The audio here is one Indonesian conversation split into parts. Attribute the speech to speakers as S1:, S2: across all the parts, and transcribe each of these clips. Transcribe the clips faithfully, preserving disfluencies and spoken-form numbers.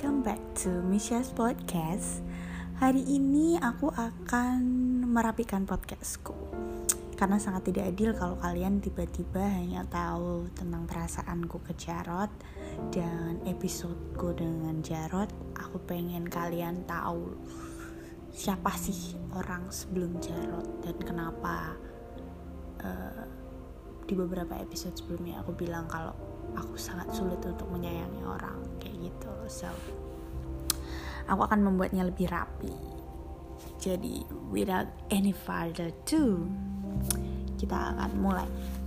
S1: welcome back to Misha's Podcast. Hari ini aku akan merapikan podcastku, karena sangat tidak adil kalau kalian tiba-tiba hanya tahu tentang perasaanku ke Jarod dan episodeku dengan Jarod. Aku pengen kalian tahu siapa sih orang sebelum Jarod dan kenapa uh, di beberapa episode sebelumnya aku bilang kalau aku sangat sulit untuk menyayangi orang kayak gitu. So, aku akan membuatnya lebih rapi. Jadi, without any further ado, kita akan mulai.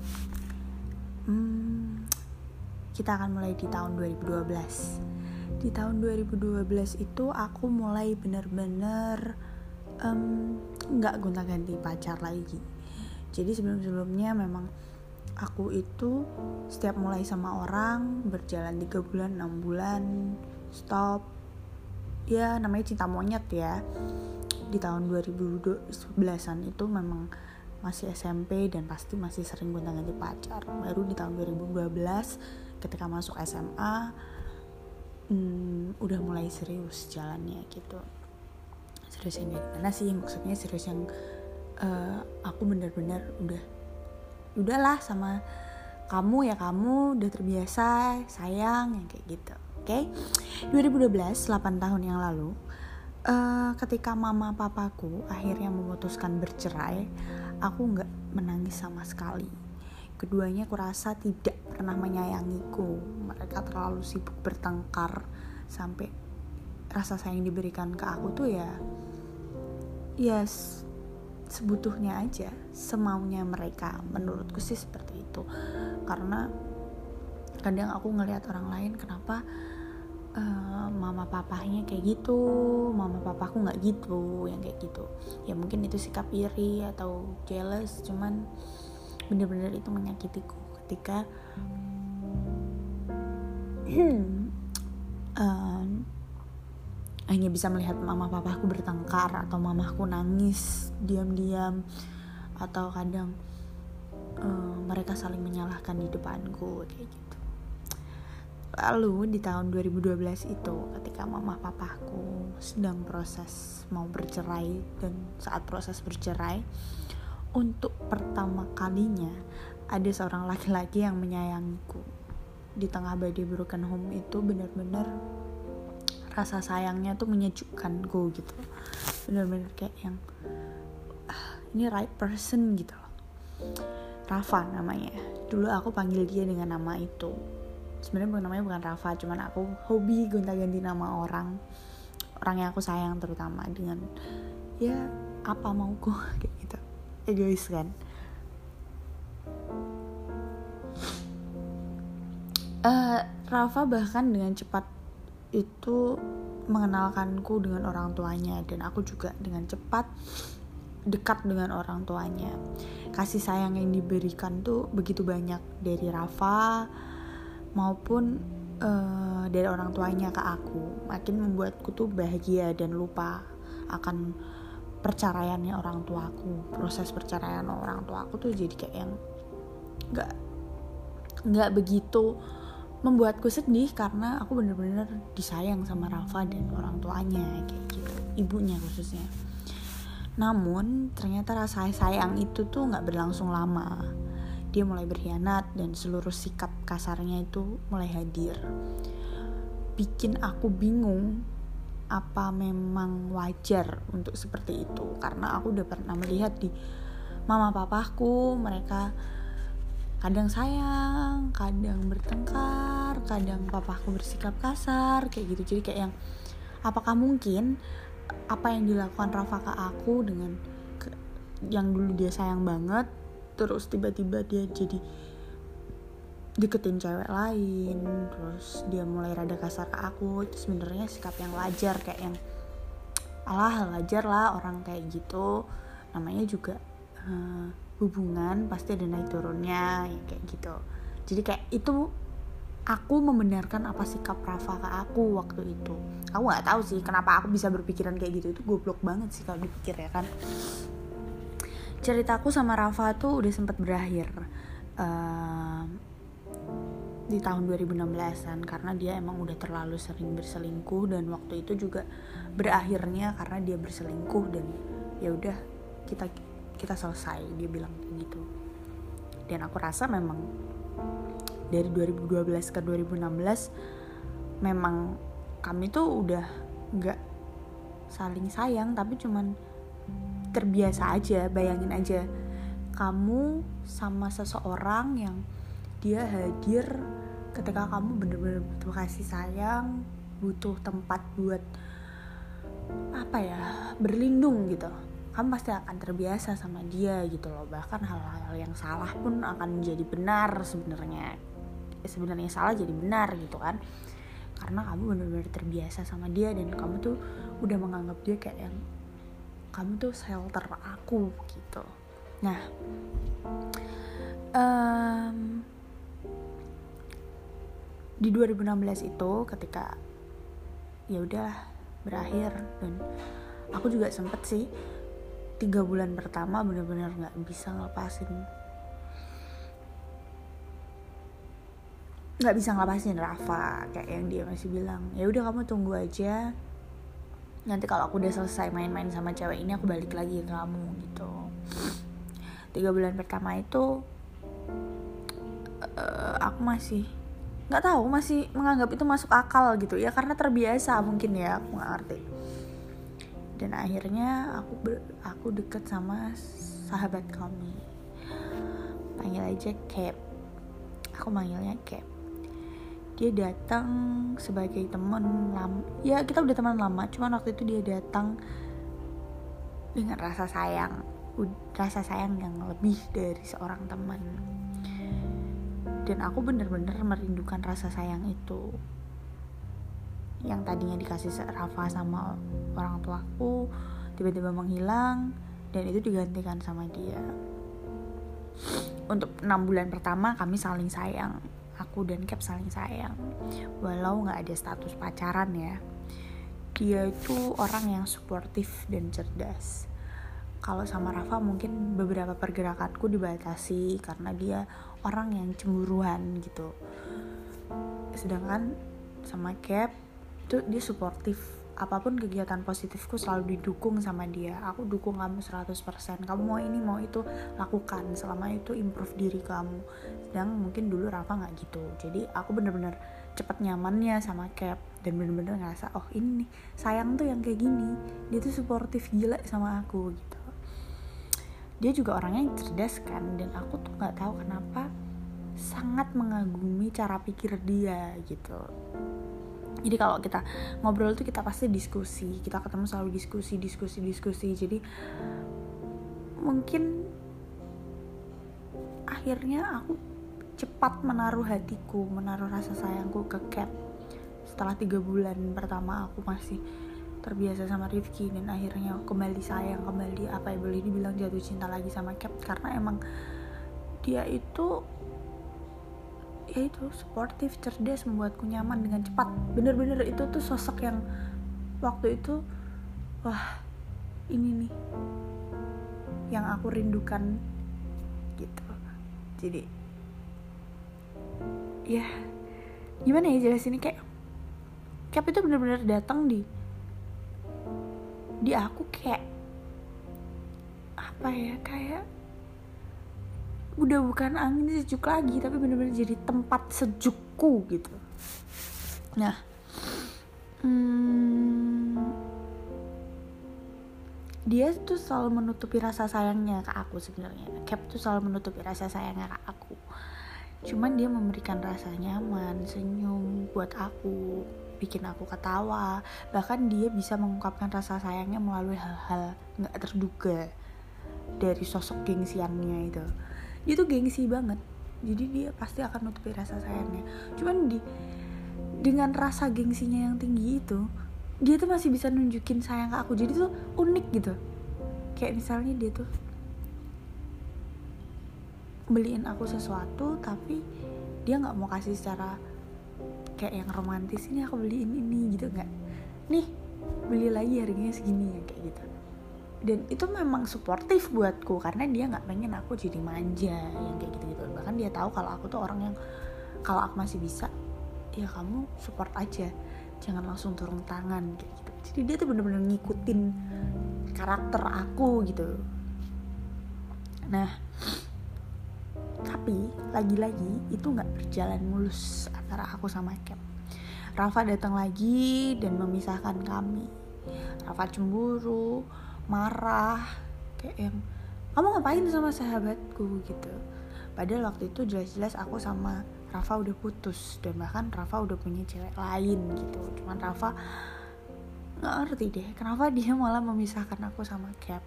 S1: Hmm, kita akan mulai di tahun dua ribu dua belas. Di tahun dua ribu dua belas itu aku mulai benar-benar um, nggak gonta-ganti pacar lagi. Jadi sebelum-sebelumnya memang aku itu setiap mulai sama orang berjalan tiga bulan, enam bulan, stop. Ya namanya cinta monyet ya. Di tahun dua ribu sebelasan itu memang masih S M P dan pasti masih sering gonta-ganti pacar. Baru di tahun dua ribu dua belas ketika masuk S M A hmm, udah mulai serius jalannya gitu. Serius yang gimana sih? Maksudnya serius yang uh, aku benar-benar udah udahlah sama kamu ya kamu udah terbiasa sayang yang kayak gitu. Oke, okay? dua ribu dua belas, delapan tahun yang lalu, uh, ketika mama papaku akhirnya memutuskan bercerai, aku nggak menangis sama sekali. Keduanya kurasa tidak pernah menyayangiku. Mereka terlalu sibuk bertengkar sampai rasa sayang diberikan ke aku tuh ya yes sebutuhnya aja, semaunya mereka. Menurutku sih seperti itu. Karena kadang aku ngelihat orang lain, kenapa uh, mama papahnya kayak gitu, mama papaku nggak gitu, yang kayak gitu. Ya mungkin itu sikap iri atau jealous, cuman bener-bener itu menyakitiku ketika um, hanya bisa melihat mama papaku bertengkar atau mamaku nangis diam-diam, atau kadang uh, mereka saling menyalahkan di depanku kayak gitu. Lalu di tahun dua ribu dua belas itu ketika mama papaku sedang proses mau bercerai, dan saat proses bercerai untuk pertama kalinya ada seorang laki-laki yang menyayangiku. Di tengah badai broken home itu benar-benar rasa sayangnya tuh menyejukkanku gitu. Benar-benar kayak yang ah, ini right person gitu loh. Rafa namanya. Dulu aku panggil dia dengan nama itu. Sebenarnya bukan namanya bukan Rafa, cuman aku hobi gonta-ganti nama orang. Orang yang aku sayang terutama dengan ya apa mauku kayak gitu. Egois kan. Uh, Rafa bahkan dengan cepat itu mengenalkanku dengan orang tuanya, dan aku juga dengan cepat dekat dengan orang tuanya. Kasih sayang yang diberikan tuh begitu banyak dari Rafa maupun uh, dari orang tuanya ke aku, makin membuatku tuh bahagia dan lupa akan perceraiannya orang tuaku. Proses perceraian orang tuaku tuh jadi kayak yang nggak nggak begitu membuatku sedih, karena aku benar-benar disayang sama Rafa dan orang tuanya kayak gitu, ibunya khususnya. Namun ternyata rasa sayang itu tuh nggak berlangsung lama. Dia mulai berkhianat dan seluruh sikap kasarnya itu mulai hadir. Bikin aku bingung apa memang wajar untuk seperti itu, karena aku udah pernah melihat di mama papaku, mereka kadang sayang, kadang bertengkar, kadang papaku bersikap kasar kayak gitu. Jadi kayak yang apakah mungkin apa yang dilakukan Rafa ke aku dengan ke, yang dulu dia sayang banget, terus tiba-tiba dia jadi deketin cewek lain, terus dia mulai rada kasar ke aku. Itu sebenarnya sikap yang wajar, kayak yang alah wajar lah orang kayak gitu, namanya juga uh, hubungan pasti ada naik turunnya ya kayak gitu. Jadi kayak itu aku membenarkan apa sikap Rafa ke aku waktu itu. Aku nggak tahu sih kenapa aku bisa berpikiran kayak gitu, itu goblok banget sih kalau dipikir ya kan. Ceritaku sama Rafa tuh udah sempat berakhir. Uh, di tahun dua ribu enam belasan, karena dia emang udah terlalu sering berselingkuh, dan waktu itu juga berakhirnya karena dia berselingkuh, dan ya udah kita kita selesai, dia bilang kayak gitu. Dan aku rasa memang dari dua ribu dua belas ke dua ribu enam belas memang kami tuh udah nggak saling sayang, tapi cuman terbiasa aja. Bayangin aja kamu sama seseorang yang dia hadir ketika kamu bener-bener butuh kasih sayang, butuh tempat buat apa ya, berlindung gitu. Kamu pasti akan terbiasa sama dia gitu loh. Bahkan hal-hal yang salah pun akan menjadi benar sebenarnya. Sebenarnya salah jadi benar gitu kan. Karena kamu benar-benar terbiasa sama dia, dan kamu tuh udah menganggap dia kayak yang kamu tuh shelter aku gitu. Nah, um, di dua ribu enam belas itu ketika ya udahlah berakhir, dan aku juga sempet sih tiga bulan pertama benar-benar nggak bisa ngelepasin nggak bisa ngelepasin Rafa. Kayak yang dia masih bilang, ya udah kamu tunggu aja, nanti kalau aku udah selesai main-main sama cewek ini aku balik lagi ke kamu gitu. Tiga bulan pertama itu uh, aku masih nggak tahu, masih menganggap itu masuk akal gitu ya, karena terbiasa mungkin ya, aku nggak ngerti. Dan akhirnya aku ber, aku deket sama sahabat kami, panggil aja Cap, aku manggilnya Cap. Dia datang sebagai teman lama, ya kita udah teman lama, cuman waktu itu dia datang dengan rasa sayang, rasa sayang yang lebih dari seorang teman. Dan aku bener-bener merindukan rasa sayang itu, yang tadinya dikasih Rafa sama orang tuaku tiba-tiba menghilang, dan itu digantikan sama dia. Untuk enam bulan pertama kami saling sayang, aku dan Cap saling sayang, walau nggak ada status pacaran ya. Dia itu orang yang suportif dan cerdas. Kalau sama Rafa mungkin beberapa pergerakanku dibatasi karena dia orang yang cemburuan gitu. Sedangkan sama Cap itu dia suportif. Apapun kegiatan positifku selalu didukung sama dia. Aku dukung kamu seratus persen. Kamu mau ini mau itu lakukan, selama itu improve diri kamu. Sedang mungkin dulu Rafa gak gitu. Jadi aku bener-bener cepet nyamannya sama Cap, dan bener-bener ngerasa oh ini nih sayang tuh yang kayak gini. Dia tuh suportif gila sama aku gitu. Dia juga orangnya yang cerdas kan, dan aku tuh gak tahu kenapa sangat mengagumi cara pikir dia gitu. Jadi kalau kita ngobrol tuh kita pasti diskusi, kita ketemu selalu diskusi, diskusi, diskusi. Jadi mungkin akhirnya aku cepat menaruh hatiku, menaruh rasa sayangku ke Cap. Setelah tiga bulan pertama aku masih terbiasa sama Rifki, dan akhirnya kembali sayang, kembali apa ya boleh dibilang jatuh cinta lagi sama Cap, karena emang dia itu ya itu suportif, cerdas, membuatku nyaman dengan cepat. Bener-bener itu tuh sosok yang waktu itu wah ini nih yang aku rindukan gitu. Jadi ya gimana ya jelasinnya, kayak Cap itu bener-bener datang di di aku kayak apa ya, kayak udah bukan angin sejuk lagi, tapi benar-benar jadi tempat sejukku gitu. Nah, hmm, dia tuh selalu menutupi rasa sayangnya ke aku sebenarnya. Cap tuh selalu menutupi rasa sayangnya ke aku. Cuman dia memberikan rasa nyaman, senyum buat aku, bikin aku ketawa. Bahkan dia bisa mengungkapkan rasa sayangnya melalui hal-hal gak terduga dari sosok gengsiannya itu. Dia tuh gengsi banget, jadi dia pasti akan nutupi rasa sayangnya. Cuman di dengan rasa gengsinya yang tinggi itu, dia tuh masih bisa nunjukin sayang ke aku. Jadi tuh unik gitu. Kayak misalnya dia tuh beliin aku sesuatu, tapi dia nggak mau kasih secara kayak yang romantis, ini aku beliin ini gitu, nggak, nih beli lagi harganya segini ya, kayak gitu. Dan itu memang suportif buatku, karena dia nggak pengen aku jadi manja yang kayak gitu-gitu. Bahkan dia tahu kalau aku tuh orang yang kalau aku masih bisa, ya kamu support aja, jangan langsung turun tangan kayak gitu. Jadi dia tuh bener-bener ngikutin karakter aku gitu. Nah, tapi lagi-lagi itu nggak berjalan mulus antara aku sama Cap. Rafa datang lagi dan memisahkan kami. Rafa cemburu, marah, kayak yang kamu ngapain sama sahabatku gitu. Padahal waktu itu jelas-jelas aku sama Rafa udah putus dan bahkan Rafa udah punya cewek lain gitu. Cuman Rafa nggak ngerti deh kenapa dia malah memisahkan aku sama Cap.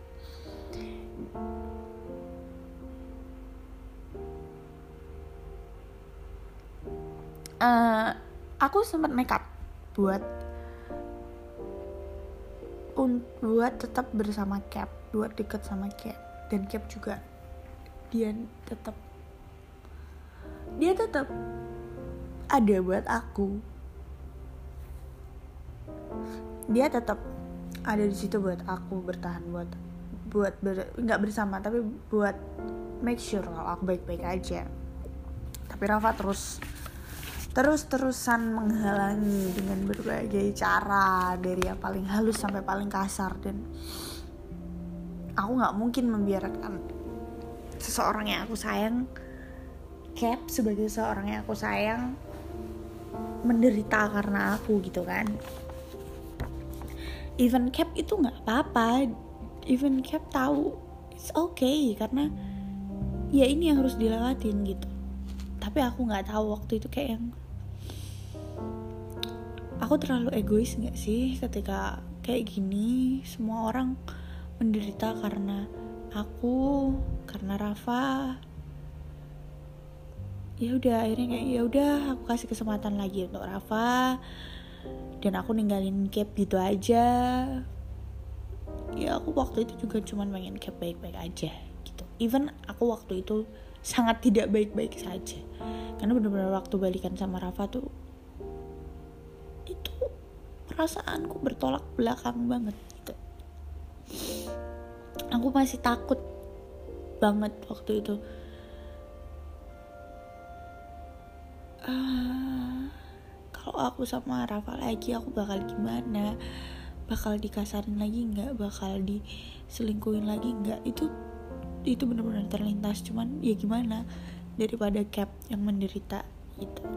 S1: Uh, aku sempat nekat buat un- buat tetap bersama Cap, buat deket sama Cap, dan Cap juga dia tetap dia tetap ada buat aku. Dia tetap ada di situ buat aku, bertahan buat buat ber, nggak bersama tapi buat make sure kalau aku baik-baik aja. Tapi Rafa terus terus-terusan menghalangi dengan berbagai cara, dari yang paling halus sampai paling kasar, dan aku nggak mungkin membiarkan seseorang yang aku sayang, Cap sebagai seseorang yang aku sayang, menderita karena aku gitu kan. Even Cap itu nggak apa-apa, even Cap tahu it's okay karena ya ini yang harus dilewatin gitu. Tapi aku nggak tahu waktu itu kayak yang aku terlalu egois nggak sih ketika kayak gini, semua orang menderita karena aku, karena Rafa. Ya udah akhirnya kayak ya udah aku kasih kesempatan lagi untuk Rafa dan aku ninggalin Cap gitu aja. Ya aku waktu itu juga cuma pengen Cap baik-baik aja gitu. Even aku waktu itu sangat tidak baik-baik saja, karena benar-benar waktu balikan sama Rafa tuh itu perasaanku bertolak belakang banget gitu. Aku masih takut banget waktu itu. Uh, kalau aku sama Rafa lagi aku bakal gimana? Bakal dikasarin lagi nggak? Bakal diselingkuhin lagi nggak? Itu itu benar-benar terlintas. Cuman ya gimana daripada Cap yang menderita gitu.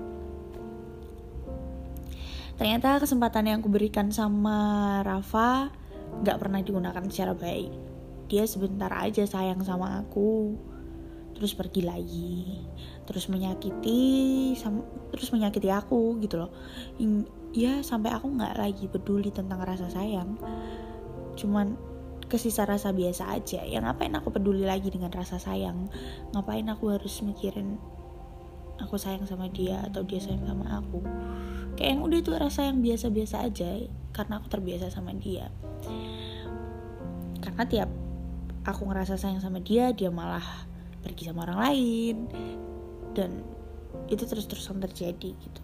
S1: Ternyata kesempatan yang aku berikan sama Rafa gak pernah digunakan secara baik. Dia sebentar aja sayang sama aku, terus pergi lagi, terus menyakiti sama, terus menyakiti aku gitu loh. Ya sampai aku gak lagi peduli tentang rasa sayang, cuman kesisa rasa biasa aja. Ya ngapain aku peduli lagi dengan rasa sayang? Ngapain aku harus mikirin aku sayang sama dia atau dia sayang sama aku? Kayak yang udah itu rasa yang biasa-biasa aja, karena aku terbiasa sama dia. Karena tiap aku ngerasa sayang sama dia, dia malah pergi sama orang lain, dan itu terus-terusan terjadi gitu.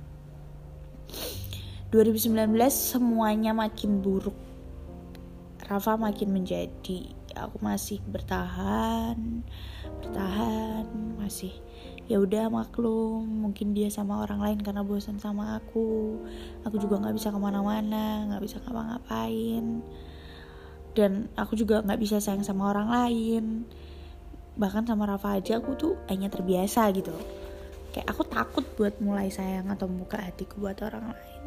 S1: dua ribu sembilan belas semuanya makin buruk. Rafa makin menjadi, aku masih bertahan, bertahan, masih ya udah maklum, mungkin dia sama orang lain karena bosan sama aku. Aku juga nggak bisa kemana-mana, nggak bisa ngapa-ngapain, dan aku juga nggak bisa sayang sama orang lain. Bahkan sama Rafa aja aku tuh hanya terbiasa gitu. Kayak aku takut buat mulai sayang atau membuka hatiku buat orang lain.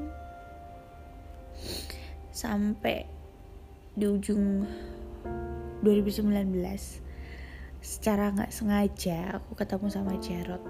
S1: Sampai di ujung dua ribu sembilan belas secara gak sengaja aku ketemu sama Jarod.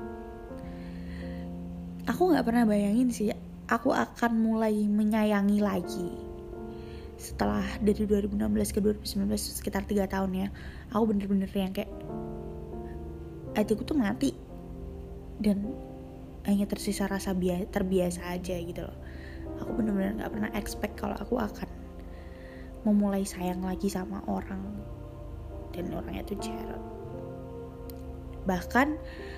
S1: Aku gak pernah bayangin sih aku akan mulai menyayangi lagi. Setelah dari dua ribu enam belas ke dua ribu sembilan belas sekitar tiga tahun ya, aku bener-bener yang kayak hatiku tuh mati dan hanya tersisa rasa biasa, terbiasa aja gitu loh. Aku bener-bener gak pernah expect kalau aku akan memulai sayang lagi sama orang, dan orangnya tuh Jarod. Bahkan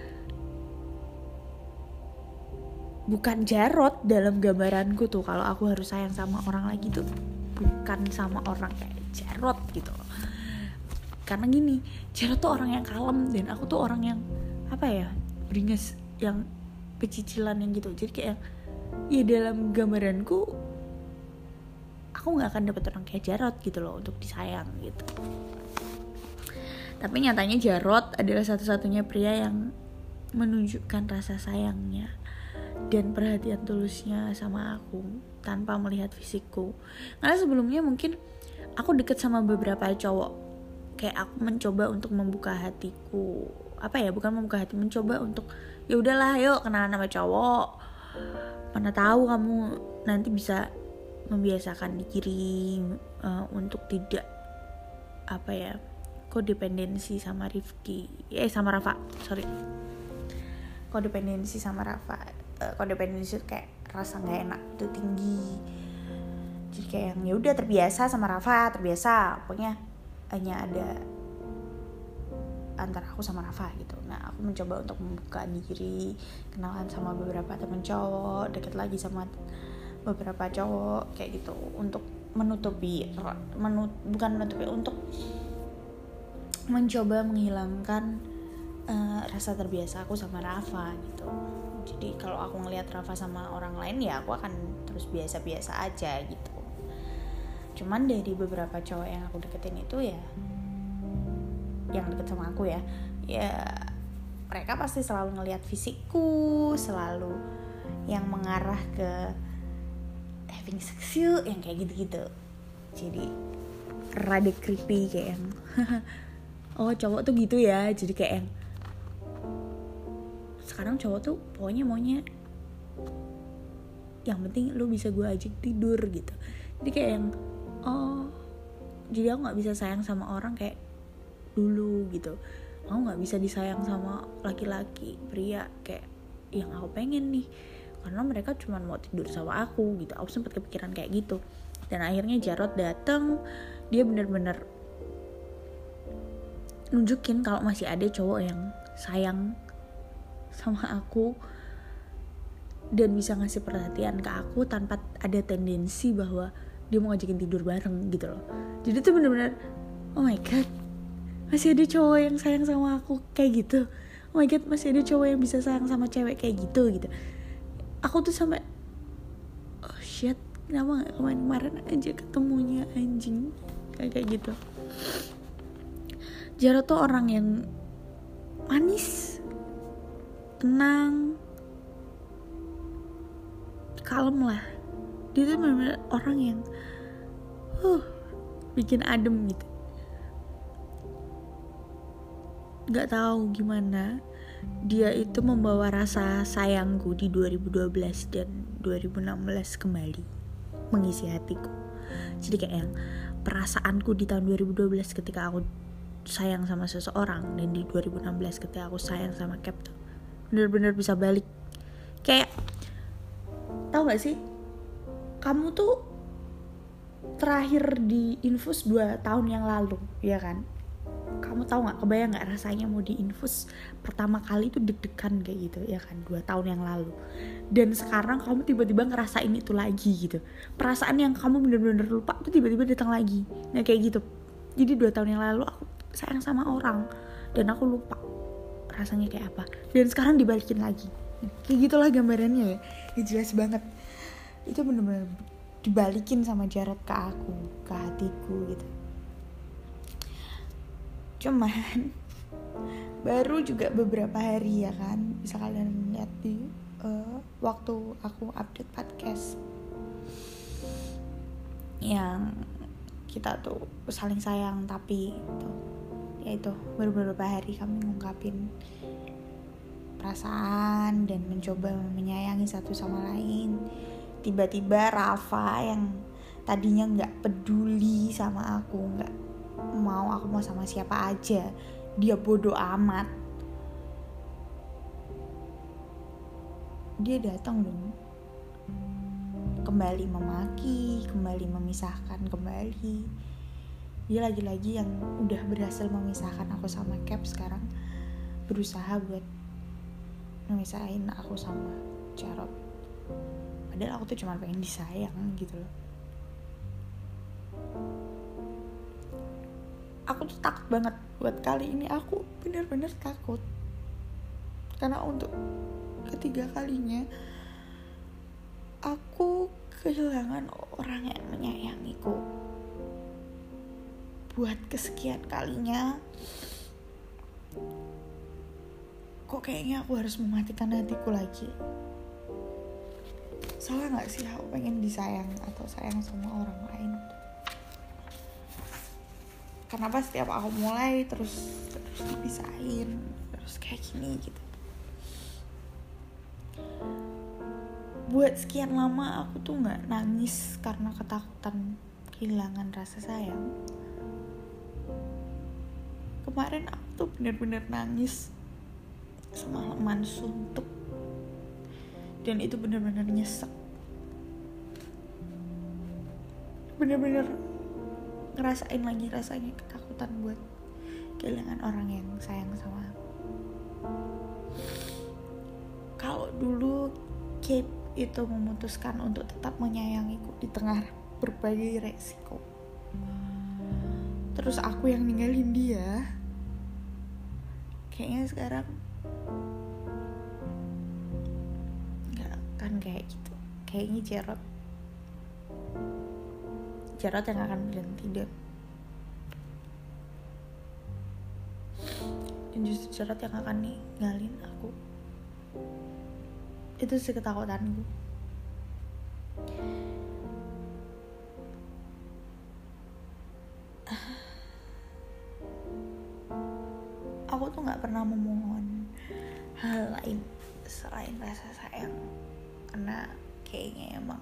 S1: bukan Jarod dalam gambaranku tuh kalau aku harus sayang sama orang lagi tuh, bukan sama orang kayak Jarod gitu loh. Karena gini, Jarod tuh orang yang kalem dan aku tuh orang yang apa ya, beringas, yang pecicilan yang gitu. Jadi kayak ya dalam gambaranku aku nggak akan dapet orang kayak Jarod gitu loh untuk disayang gitu. Tapi nyatanya Jarod adalah satu-satunya pria yang menunjukkan rasa sayangnya dan perhatian tulusnya sama aku tanpa melihat fisikku. Karena sebelumnya mungkin aku deket sama beberapa cowok, kayak aku mencoba untuk membuka hatiku, apa ya, bukan membuka hati, mencoba untuk ya udahlah yuk kenalan sama cowok, mana tahu kamu nanti bisa membiasakan diri uh, untuk tidak apa ya kodependensi sama Rifki eh sama Rafa sorry kodependensi sama Rafa uh, kodependensi itu kayak rasa nggak enak itu tinggi, jadi kayak yang ya udah terbiasa sama Rafa, terbiasa pokoknya hanya ada antara aku sama Rafa gitu. Nah aku mencoba untuk membuka diri, kenalan sama beberapa teman cowok, deket lagi sama beberapa cowok kayak gitu untuk menutupi menut, bukan menutupi untuk mencoba menghilangkan uh, rasa terbiasa aku sama Rafa gitu. Jadi kalau aku ngelihat Rafa sama orang lain ya aku akan terus biasa-biasa aja gitu. Cuman dari beberapa cowok yang aku deketin itu ya, yang deket sama aku ya, ya mereka pasti selalu ngelihat fisikku, selalu yang mengarah ke having sex you, yang kayak gitu-gitu. Jadi rada creepy kayak yang oh cowok tuh gitu ya. Jadi kayak yang sekarang cowok tuh pokoknya maunya yang penting lu bisa gue ajak tidur gitu. Jadi kayak yang oh jadi aku gak bisa sayang sama orang kayak dulu gitu. Aku gak bisa disayang sama laki-laki, pria kayak yang aku pengen nih, karena mereka cuma mau tidur sama aku gitu. Aku sempat kepikiran kayak gitu. Dan akhirnya Jarod datang, dia benar-benar nunjukin kalau masih ada cowok yang sayang sama aku dan bisa ngasih perhatian ke aku tanpa ada tendensi bahwa dia mau ngajakin tidur bareng gitu loh. Jadi tuh benar-benar oh my god, masih ada cowok yang sayang sama aku kayak gitu. Oh my god, masih ada cowok yang bisa sayang sama cewek kayak gitu gitu. Aku tuh sampai oh shit, kenapa gak kemarin-kemarin aja ketemunya anjing kayak kayak gitu. Jarod tuh orang yang manis, tenang, kalem lah. Dia tuh benar-benar orang yang uh, bikin adem gitu. Gak tahu gimana dia itu membawa rasa sayangku di dua ribu dua belas dan dua ribu enam belas kembali mengisi hatiku. Jadi kayak yang perasaanku di tahun dua ribu dua belas ketika aku sayang sama seseorang dan di dua ribu enam belas ketika aku sayang sama Cap tuh benar-benar bisa balik. Kayak tahu gak sih, kamu tuh terakhir di infus dua tahun yang lalu, ya kan? Kamu tahu nggak, kebayang nggak rasanya mau diinfus pertama kali itu deg-degan kayak gitu, ya kan? Dua tahun yang lalu. Dan sekarang kamu tiba-tiba ngerasain itu lagi gitu. Perasaan yang kamu benar-benar lupa tuh tiba-tiba datang lagi. Nah kayak gitu. Jadi dua tahun yang lalu aku sayang sama orang dan aku lupa rasanya kayak apa. Dan sekarang dibalikin lagi. Kayak gitulah gambarannya ya. Ya jelas banget. Itu benar-benar dibalikin sama Jarod ke aku, ke hatiku gitu. Cuman baru juga beberapa hari ya kan, bisa kalian lihat di uh, waktu aku update podcast yang kita tuh saling sayang tapi itu, ya itu baru beberapa hari kami ngungkapin perasaan dan mencoba menyayangi satu sama lain. Tiba-tiba Rafa yang tadinya nggak peduli sama aku, nggak mau aku mau sama siapa aja, dia bodoh amat, dia datang dong, kembali memaki, kembali memisahkan kembali. Dia lagi-lagi yang udah berhasil memisahkan aku sama Cap sekarang berusaha buat memisahin aku sama Jarod. Padahal aku tuh cuma pengen disayang gitu loh. Aku tuh takut banget buat kali ini, aku benar-benar takut. Karena untuk ketiga kalinya aku kehilangan orang yang menyayangiku. Buat kesekian kalinya, kok kayaknya aku harus mematikan hatiku lagi. Salah gak sih aku pengen disayang atau sayang sama orang lain? Kenapa setiap aku mulai terus terus dipisahin, terus kayak gini gitu? Buat sekian lama aku tuh gak nangis karena ketakutan kehilangan rasa sayang. Kemarin aku tuh bener-bener nangis semalaman suntuk. Dan itu bener-bener nyesek. Bener-bener ngerasain lagi rasanya ketakutan buat kehilangan orang yang sayang sama aku. Kalau dulu Kate itu memutuskan untuk tetap menyayangiku di tengah berbagai resiko, terus aku yang ninggalin dia, kayaknya sekarang nggak akan kayak gitu. Kayaknya Jarot Jarot yang akan berhenti dan dan justru Jarot yang akan ninggalin aku. Itu sih ketakutanku. Aku tuh gak pernah memohon hal lain selain rasa sayang, karena kayaknya emang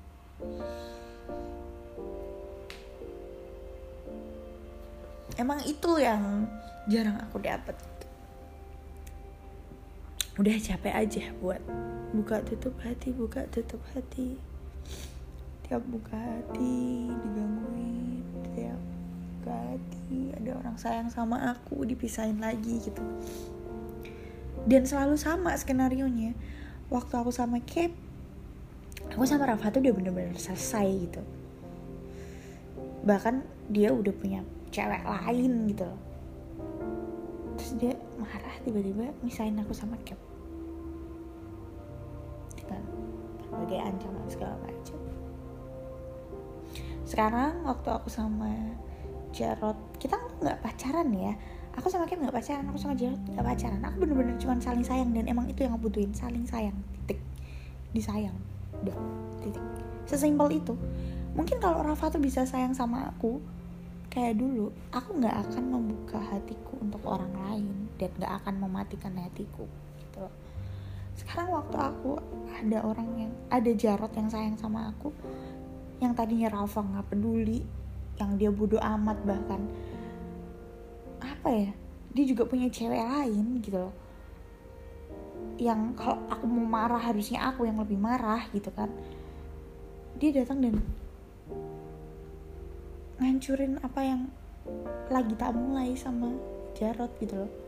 S1: emang itu yang jarang aku dapet. Udah capek aja buat buka tutup hati, buka tutup hati. Tiap buka hati digangguin, tiap buka hati ada orang sayang sama aku dipisahin lagi gitu. Dan selalu sama skenarionya. Waktu aku sama Kate, aku sama Rafa tuh udah bener-bener selesai gitu. Bahkan dia udah punya cewek lain gitu loh. Terus dia marah tiba-tiba misahin aku sama Kate dengan berbagai ancaman segala macam. Sekarang waktu aku sama Jarot, kita nggak pacaran ya. Aku sama Kate nggak pacaran, aku sama Jarot nggak pacaran. Aku bener-bener cuma saling sayang dan emang itu yang aku butuhin, saling sayang, titik, disayang, udah, titik. Sesimpel itu. Mungkin kalau Rafa tuh bisa sayang sama aku kayak dulu, aku nggak akan membuka hatiku untuk orang lain dan nggak akan mematikan hatiku gitu. Sekarang waktu aku ada orang yang ada Jarot yang sayang sama aku, yang tadinya Rafa nggak peduli, yang dia bodoh amat, bahkan apa ya, dia juga punya cewek lain gitu loh, yang kalau aku mau marah harusnya aku yang lebih marah gitu kan. Dia datang dan ngancurin apa yang lagi tak mulai sama Jarot gitu loh.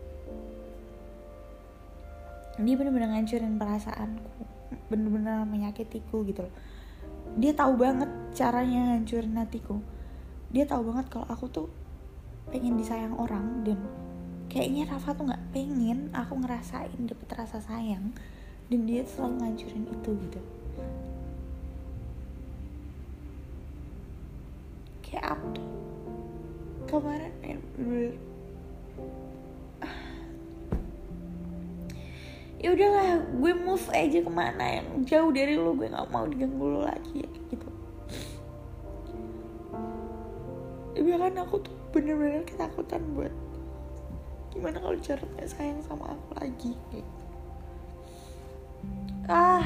S1: Dia bener-bener ngancurin perasaanku, bener-bener menyakitiku gitu loh. Dia tahu banget caranya ngancurin hatiku. Dia tahu banget kalau aku tuh pengen disayang orang, dan kayaknya Rafa tuh nggak pengen aku ngerasain dapet rasa sayang, dan dia selalu ngancurin itu gitu. Kayak aku tuh kemarin bener-bener ya udahlah, gue move aja kemana yang jauh dari lu, gue nggak mau diganggu lu lagi gitu. Bahkan aku tuh bener-bener ketakutan buat gimana kalau Jarot gak sayang sama aku lagi gitu. Ah,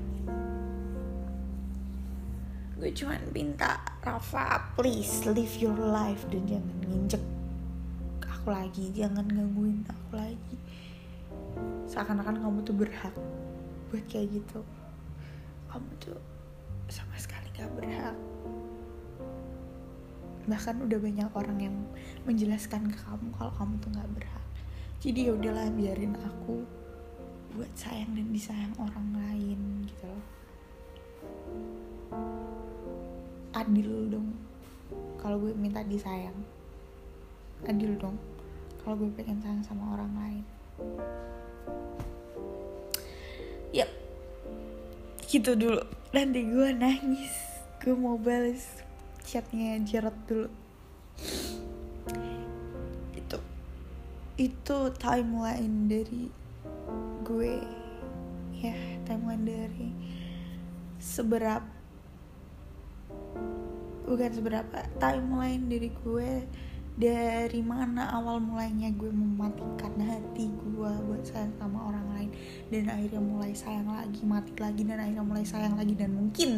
S1: gue cuman minta Rafa, please live your life dan jangan nginjek aku lagi, jangan gangguin aku lagi. Seakan-akan kamu tuh berhak buat kayak gitu. Kamu tuh sama sekali gak berhak. Bahkan udah banyak orang yang menjelaskan ke kamu kalau kamu tuh gak berhak. Jadi ya udahlah, biarin aku buat sayang dan disayang orang lain gitu loh. Adil dong kalau gue minta disayang. Adil dong kalau gue pengen sayang sama orang lain. Yap, gitu dulu. Nanti gue nangis, gue mau balas chatnya Jarod dulu. Itu itu timeline dari gue, ya timeline dari seberapa bukan seberapa timeline dari gue, dari mana awal mulainya gue mematikan hati gue buat sayang sama orang lain, dan akhirnya mulai sayang lagi, mati lagi, dan akhirnya mulai sayang lagi, dan mungkin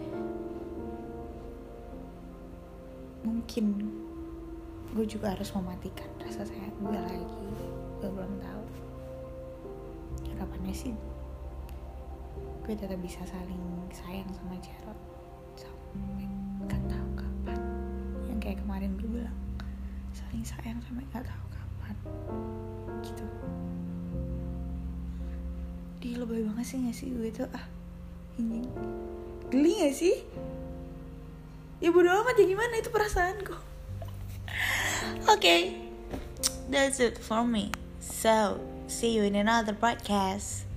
S1: mungkin gue juga harus mematikan rasa sayang gue lagi. Gue belum tahu. Harapannya sih gue tetap bisa saling sayang sama Jarod sampai gak tahu kapan. Yang kayak kemarin gue bilang, saling sayang sampai gak tahu kapan gitu. Di lebay banget sih gak sih gue tuh, ah ini geli gak sih? Ya bodo amat ya, gimana itu perasaanku. Oke, okay, that's it for me. So see you in another podcast.